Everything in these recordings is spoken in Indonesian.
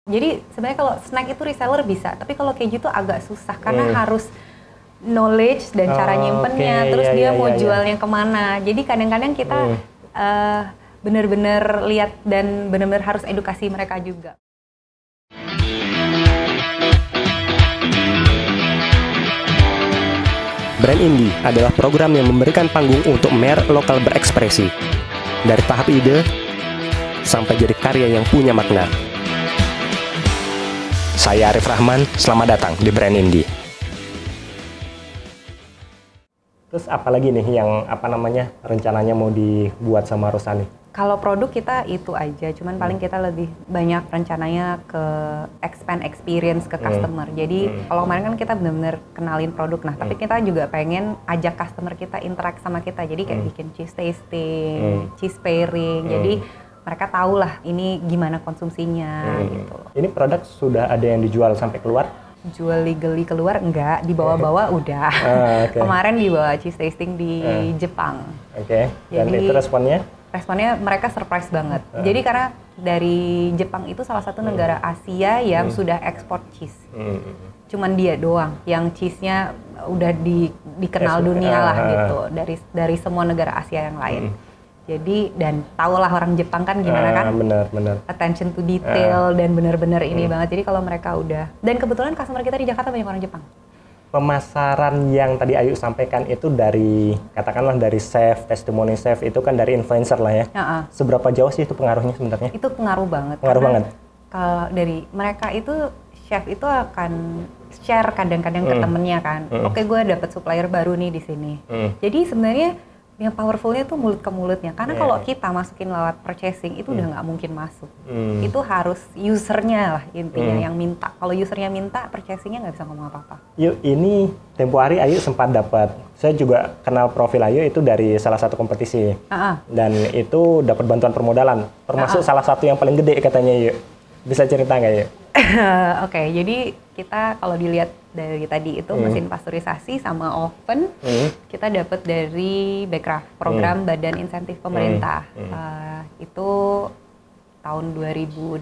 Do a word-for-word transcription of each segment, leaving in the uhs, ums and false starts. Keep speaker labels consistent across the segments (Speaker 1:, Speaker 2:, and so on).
Speaker 1: Jadi sebenarnya kalau snack itu reseller bisa, tapi kalau keju itu agak susah karena
Speaker 2: Hmm.
Speaker 1: harus knowledge dan cara
Speaker 2: Oh,
Speaker 1: nyimpennya,
Speaker 2: oke.
Speaker 1: terus
Speaker 2: Iya,
Speaker 1: dia
Speaker 2: iya,
Speaker 1: mau
Speaker 2: iya, iya.
Speaker 1: jualnya kemana. Jadi kadang-kadang kita
Speaker 2: Hmm.
Speaker 1: eh, benar-benar lihat dan benar-benar harus edukasi mereka juga.
Speaker 2: Brand Indie adalah program yang memberikan panggung untuk merek lokal berekspresi. Dari tahap ide, sampai jadi karya yang punya makna. Saya Arif Rahman, selamat datang di Brand Indie. Terus apalagi nih yang apa namanya rencananya mau dibuat sama Rosani?
Speaker 1: Kalau produk kita itu aja, cuman paling kita lebih banyak rencananya ke expand experience ke customer.
Speaker 2: Hmm.
Speaker 1: Jadi
Speaker 2: Hmm.
Speaker 1: kalau kemarin kan kita benar-benar kenalin produk, nah tapi kita juga pengen ajak customer kita interact sama kita. Jadi kayak
Speaker 2: Hmm.
Speaker 1: bikin cheese tasting,
Speaker 2: Hmm.
Speaker 1: cheese pairing.
Speaker 2: Hmm.
Speaker 1: Jadi mereka tahu lah ini gimana konsumsinya
Speaker 2: Hmm.
Speaker 1: gitu.
Speaker 2: Ini produk sudah ada yang dijual sampai keluar?
Speaker 1: Jual legally keluar enggak, dibawa-bawa udah.
Speaker 2: Ah, okay.
Speaker 1: Kemarin dibawa cheese tasting di
Speaker 2: Ah.
Speaker 1: Jepang.
Speaker 2: Oke. Okay. Dan
Speaker 1: Jadi,
Speaker 2: itu responnya?
Speaker 1: Responnya mereka surprise banget.
Speaker 2: Uh.
Speaker 1: Jadi karena dari Jepang itu salah satu negara Asia yang
Speaker 2: Hmm.
Speaker 1: sudah ekspor cheese.
Speaker 2: Hmm.
Speaker 1: Cuman dia doang yang cheese-nya udah di, dikenal
Speaker 2: Ekspor.
Speaker 1: dunia
Speaker 2: Uh.
Speaker 1: lah gitu dari dari semua negara Asia yang lain.
Speaker 2: Hmm.
Speaker 1: Jadi dan tahulah orang Jepang kan gimana
Speaker 2: uh,
Speaker 1: kan?
Speaker 2: Benar, benar.
Speaker 1: Attention to detail uh. dan benar-benar ini
Speaker 2: Hmm.
Speaker 1: banget. Jadi kalau mereka udah, dan kebetulan customer kita di Jakarta banyak orang Jepang.
Speaker 2: Pemasaran yang tadi Ayu sampaikan itu dari, katakanlah dari chef, testimoni chef, itu kan dari influencer lah ya.
Speaker 1: Uh-uh.
Speaker 2: Seberapa jauh sih itu pengaruhnya sebenarnya?
Speaker 1: Itu pengaruh banget.
Speaker 2: Pengaruh banget?
Speaker 1: Kalau dari mereka itu, chef itu akan share kadang-kadang
Speaker 2: hmm.
Speaker 1: ke temennya kan.
Speaker 2: Hmm.
Speaker 1: Oke, gue dapet supplier baru nih di sini. Hmm. Jadi sebenarnya yang powerfulnya tuh mulut ke mulutnya. Karena yeah. kalau kita masukin lewat purchasing itu hmm. udah nggak mungkin masuk. Hmm. Itu harus usernya lah intinya hmm. yang minta. Kalau usernya minta, purchasingnya nggak bisa ngomong apa-apa.
Speaker 2: Yuk, ini tempo hari Ayu sempat dapat. Saya juga kenal profil Ayu itu dari salah satu kompetisi. Uh-uh. Dan itu dapat bantuan permodalan. Termasuk uh-uh. salah satu yang paling gede katanya Yuk. Bisa cerita nggak Yuk?
Speaker 1: Oke, okay, jadi kita kalau dilihat dari tadi itu hmm. mesin pasteurisasi sama oven, hmm. kita dapat dari Backcraft, program hmm. Badan Insentif Pemerintah. Hmm. Hmm. Uh, itu tahun dua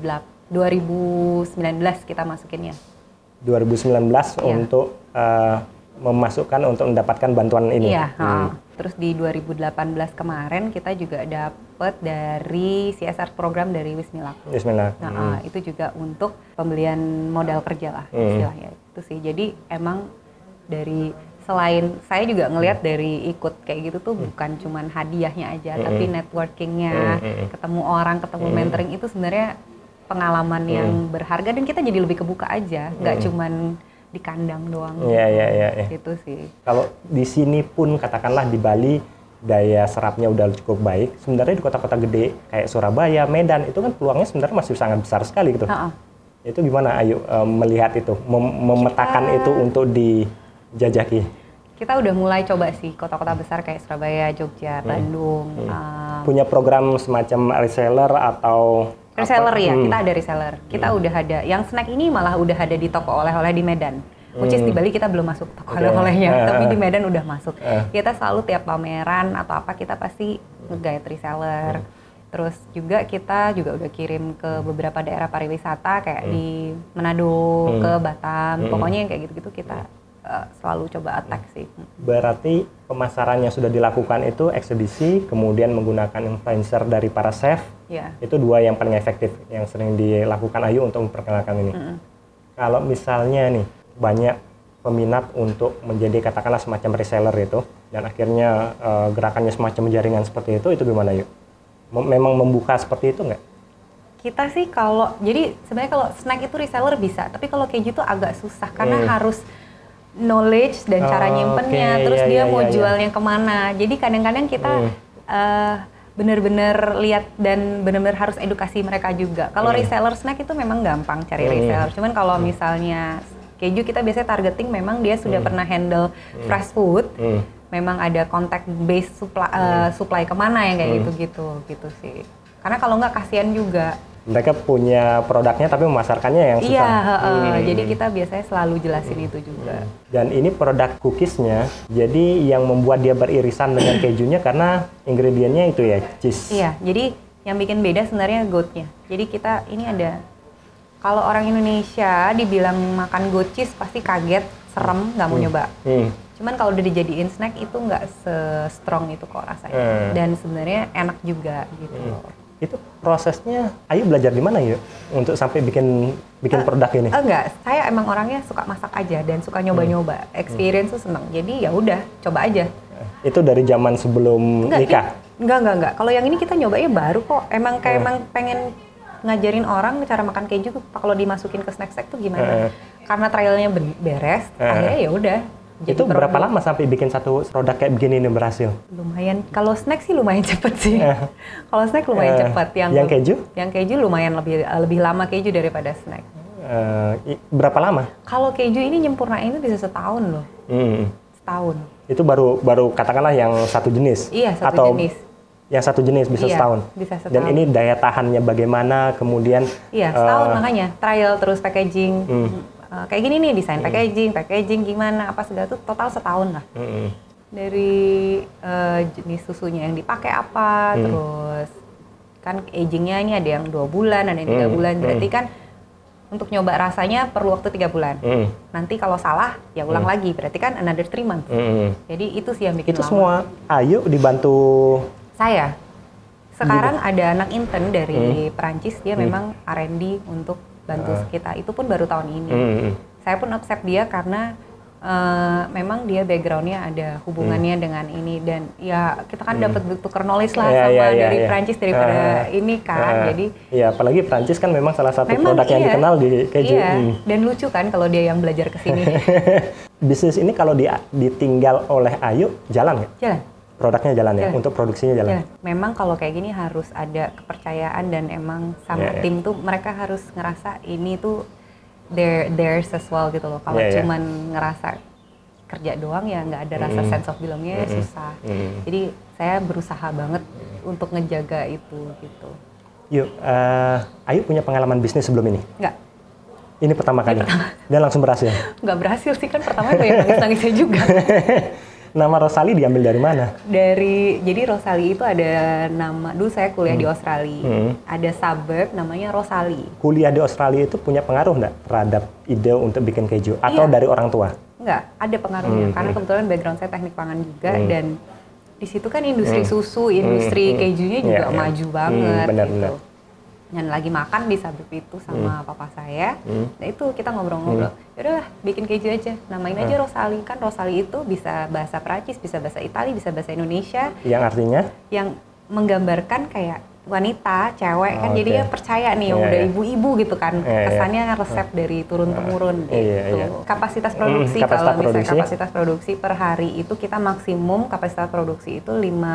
Speaker 1: ribu sembilan belas kita masukinnya. dua ribu sembilan belas
Speaker 2: yeah. untuk uh, memasukkan untuk mendapatkan bantuan ini.
Speaker 1: Iya. Hmm. Uh, terus di dua ribu delapan belas kemarin kita juga dapat dari C S R program dari Wismilak.
Speaker 2: Wismilak.
Speaker 1: Nah,
Speaker 2: hmm.
Speaker 1: uh, itu juga untuk pembelian modal kerja lah
Speaker 2: hmm.
Speaker 1: istilahnya itu sih. Jadi emang dari selain saya juga ngelihat dari ikut kayak gitu tuh hmm. bukan cuman hadiahnya aja, hmm. tapi networkingnya, hmm. ketemu orang, ketemu hmm. mentoring itu sebenarnya pengalaman hmm. yang berharga dan kita jadi lebih kebuka aja, nggak hmm. cuman di kandang doang.
Speaker 2: Iya, iya, iya.
Speaker 1: Itu sih.
Speaker 2: Kalau di sini pun katakanlah di Bali daya serapnya udah cukup baik. Sebenarnya di kota-kota gede kayak Surabaya, Medan itu kan peluangnya sebenarnya masih sangat besar sekali gitu. Uh-uh. Itu gimana Ayu um, melihat itu, mem- memetakan kita, itu untuk dijajaki? Kita
Speaker 1: udah mulai coba sih kota-kota besar kayak Surabaya, Jogja, hmm. Bandung.
Speaker 2: Hmm.
Speaker 1: Um,
Speaker 2: Punya program semacam reseller atau
Speaker 1: reseller
Speaker 2: apa?
Speaker 1: ya,
Speaker 2: hmm.
Speaker 1: kita ada reseller. Kita hmm. udah ada, yang snack ini malah udah ada di toko oleh-oleh di Medan.
Speaker 2: Hmm.
Speaker 1: Which is di Bali kita belum masuk toko okay. oleh-olehnya, uh, tapi di Medan udah masuk. Uh. Kita selalu tiap pameran atau apa kita pasti nge-guide reseller. Hmm. Terus juga kita juga udah kirim ke beberapa daerah pariwisata kayak hmm. di Manado, hmm. ke Batam. Hmm. Pokoknya yang kayak gitu-gitu kita uh, selalu coba attack sih.
Speaker 2: Berarti pemasarannya sudah dilakukan itu eksebisi, kemudian menggunakan influencer dari para chef. Yeah. Itu dua yang paling efektif yang sering dilakukan Ayu untuk memperkenalkan ini. Mm-hmm. Kalau misalnya nih banyak peminat untuk menjadi katakanlah semacam reseller itu dan akhirnya uh, gerakannya semacam jaringan seperti itu, itu gimana Ayu? Mem- memang membuka seperti itu nggak?
Speaker 1: Kita sih kalau, jadi sebenarnya kalau snack itu reseller bisa, tapi kalau keju itu agak susah karena hmm. harus knowledge dan cara oh, nyimpennya, okay. terus yeah, dia yeah, mau yeah, jualnya yeah. kemana. Jadi kadang-kadang kita hmm. uh, benar-benar lihat dan benar-benar harus edukasi mereka juga. Kalau hmm. reseller snack itu memang gampang cari hmm. reseller. Cuman kalau hmm. misalnya keju kita biasanya targeting memang dia sudah hmm. pernah handle hmm. fresh food. Hmm. Memang ada contact base supply, uh, hmm. supply kemana yang kayak hmm. gitu-gitu gitu sih. Karena kalau nggak kasihan juga. Mereka
Speaker 2: punya produknya tapi memasarkannya yang susah.
Speaker 1: Iya, uh, hmm. jadi kita biasanya selalu jelasin hmm. itu juga.
Speaker 2: Dan ini produk cookiesnya, jadi yang membuat dia beririsan dengan kejunya karena ingredientnya itu ya, cheese.
Speaker 1: Iya, jadi yang bikin beda sebenarnya goatnya. Jadi kita ini ada Kalau orang Indonesia dibilang makan goat cheese pasti kaget, serem, nggak mau hmm. nyoba. Hmm. Cuman kalau udah dijadiin snack itu nggak se-strong itu kok rasanya. Hmm. Dan sebenarnya enak juga gitu. Hmm.
Speaker 2: Itu prosesnya Ayu belajar di mana yuk untuk sampai bikin bikin uh, produk ini?
Speaker 1: Uh, enggak, saya emang orangnya suka masak aja dan suka nyoba-nyoba. Hmm. Experience tuh seneng. Jadi ya udah, coba aja.
Speaker 2: Itu dari zaman sebelum enggak, nikah?
Speaker 1: Enggak, enggak, enggak. Kalau yang ini kita nyobain baru kok. Emang kayak hmm. emang pengen ngajarin orang cara makan keju kalau dimasukin ke snack-snack tuh gimana. Hmm. Karena trialnya beres, hmm. akhirnya ya udah.
Speaker 2: Itu berapa produk. Lama sampai bikin satu produk kayak begini ini berhasil?
Speaker 1: Lumayan. Kalau snack sih lumayan cepet sih. Kalau snack lumayan uh, cepet.
Speaker 2: Yang, yang keju?
Speaker 1: Yang keju lumayan lebih lebih lama keju daripada snack.
Speaker 2: Uh, berapa lama?
Speaker 1: Kalau keju ini nyempurnain itu bisa setahun loh. Hmm. Setahun.
Speaker 2: Itu baru baru katakanlah yang satu jenis?
Speaker 1: Iya, satu
Speaker 2: atau
Speaker 1: jenis.
Speaker 2: Yang satu jenis bisa iya, setahun?
Speaker 1: Bisa setahun.
Speaker 2: Dan ini daya tahannya bagaimana, kemudian...
Speaker 1: Iya, setahun uh, makanya. Trial terus packaging. Hmm. Uh, kayak gini nih, desain packaging, packaging gimana, apa segala tuh total setahun lah. Hmm. Dari uh, jenis susunya yang dipakai apa, hmm. terus kan agingnya ini ada yang dua bulan, ada yang tiga hmm. bulan, berarti hmm. kan untuk nyoba rasanya perlu waktu tiga bulan. Hmm. Nanti kalau salah, ya ulang hmm. lagi, berarti kan another three months. Hmm. Jadi itu sih yang bikin
Speaker 2: itu
Speaker 1: lama.
Speaker 2: Semua Ayu dibantu?
Speaker 1: Saya. Sekarang Gini. ada anak intern dari hmm. Perancis, dia hmm. memang R and D untuk bantu uh. kita, itu pun baru tahun ini. Mm. Saya pun accept dia karena uh, memang dia backgroundnya ada hubungannya mm. dengan ini dan ya kita kan mm. dapat tukar knowledge lah yeah, sama yeah, yeah, dari yeah. Prancis daripada uh, ini kan. Uh, Jadi
Speaker 2: ya apalagi Prancis kan memang salah satu memang produk iya, yang dikenal di keju.
Speaker 1: Iya. Mm. Dan lucu kan kalau dia yang belajar ke sini.
Speaker 2: Bisnis ini kalau di, ditinggal oleh Ayu jalan nggak?
Speaker 1: Jalan.
Speaker 2: Produknya jalan ya, jalan. Untuk produksinya jalan. jalan.
Speaker 1: Memang kalau kayak gini harus ada kepercayaan dan emang sama yeah, tim yeah. tuh mereka harus ngerasa ini tuh their theirs as well gitu loh. Kalau yeah, cuman yeah. ngerasa kerja doang ya nggak ada rasa mm. sense of belongnya mm. susah. Mm. Jadi saya berusaha banget untuk ngejaga itu gitu.
Speaker 2: Yuk, uh, Ayu punya pengalaman bisnis sebelum ini?
Speaker 1: Nggak.
Speaker 2: Ini pertama kali? Pertama. Dan langsung berhasil?
Speaker 1: Nggak berhasil sih kan pertama itu yang nangis-nangis saya juga.
Speaker 2: Nama Rosalie diambil dari mana?
Speaker 1: Dari, jadi Rosalie itu ada nama, dulu saya kuliah hmm. di Australia, hmm. ada suburb namanya Rosalie.
Speaker 2: Kuliah di Australia itu punya pengaruh nggak terhadap ide untuk bikin keju? Atau iya. dari orang tua?
Speaker 1: Nggak, ada pengaruhnya, hmm. karena kebetulan background saya teknik pangan juga, hmm. dan di situ kan industri hmm. susu, industri hmm. kejunya juga yeah, maju yeah. banget hmm, benar, gitu. Benar. Dan lagi makan di suburb itu sama hmm. papa saya, hmm. nah itu kita ngobrol-ngobrol. Hmm. Yaudahlah, bikin keju aja, namain hmm. aja Rosalie. Kan Rosalie itu bisa bahasa Perancis, bisa bahasa Italia, bisa bahasa Indonesia.
Speaker 2: Yang artinya?
Speaker 1: Yang menggambarkan kayak wanita, cewek, oh, kan okay. jadi ya percaya nih, yeah, udah yeah. ibu-ibu gitu kan. Yeah, kesannya yeah. resep yeah. dari turun-temurun uh, gitu. Yeah, yeah. Kapasitas produksi, mm, kapasitas kalau misalnya produksi. kapasitas produksi per hari itu kita maksimum kapasitas produksi itu lima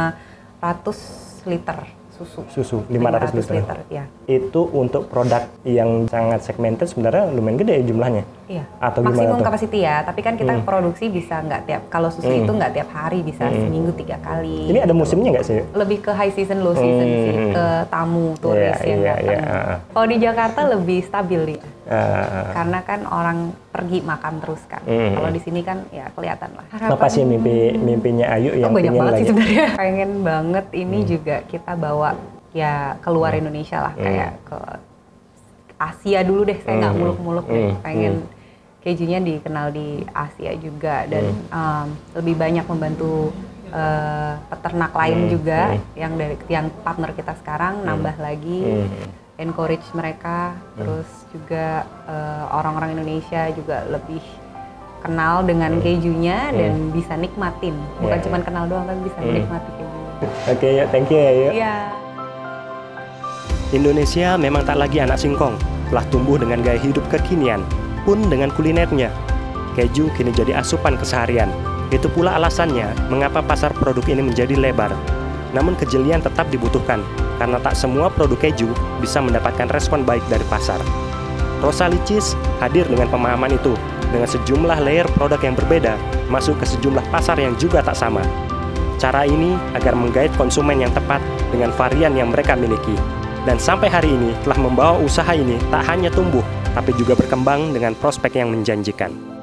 Speaker 1: ratus liter. Susu.
Speaker 2: Susu lima ratus liter. liter ya. Itu untuk produk yang sangat segmented sebenarnya lumayan gede jumlahnya.
Speaker 1: Iya.
Speaker 2: Atau
Speaker 1: maksimum capacity ya, tapi kan kita hmm. produksi bisa nggak tiap, kalau susu hmm. itu nggak tiap hari, bisa hmm. seminggu tiga kali.
Speaker 2: Ini ada musimnya nggak sih?
Speaker 1: Lebih ke high season, low season hmm. sih, ke tamu, turis yeah, yang yeah, datang. Yeah. Kalau di Jakarta lebih stabil ya. Uh. Karena kan orang pergi makan terus kan. Hmm. Kalau di sini kan ya kelihatan lah. Harapan,
Speaker 2: apa sih mimpi mimpinya Ayu yang
Speaker 1: oh, banyak
Speaker 2: pengen
Speaker 1: banget
Speaker 2: lagi?
Speaker 1: Sih sebenarnya. Pengen banget ini hmm. juga kita bawa ya keluar hmm. Indonesia lah, hmm. kayak ke Asia dulu deh. Saya nggak hmm. muluk-muluk hmm. deh. Pengen hmm. kejunya dikenal di Asia juga dan hmm. um, lebih banyak membantu uh, peternak lain hmm. juga hmm. yang dari yang partner kita sekarang hmm. nambah lagi. Hmm. Encourage mereka, hmm. terus juga uh, orang-orang Indonesia juga lebih kenal dengan hmm. kejunya hmm. dan bisa nikmatin, bukan yeah, cuma yeah. kenal doang tapi bisa hmm. menikmati kejunya.
Speaker 2: Oke okay, ya, thank you ya.
Speaker 1: Iya. Yeah.
Speaker 2: Indonesia memang tak lagi anak singkong, telah tumbuh dengan gaya hidup kekinian, pun dengan kulinernya. Keju kini jadi asupan keseharian. Itu pula alasannya mengapa pasar produk ini menjadi lebar. Namun kejelian tetap dibutuhkan, karena tak semua produk keju bisa mendapatkan respon baik dari pasar. Rosalie Cheese hadir dengan pemahaman itu, dengan sejumlah layer produk yang berbeda, masuk ke sejumlah pasar yang juga tak sama. Cara ini agar menggait konsumen yang tepat dengan varian yang mereka miliki. Dan sampai hari ini telah membawa usaha ini tak hanya tumbuh, tapi juga berkembang dengan prospek yang menjanjikan.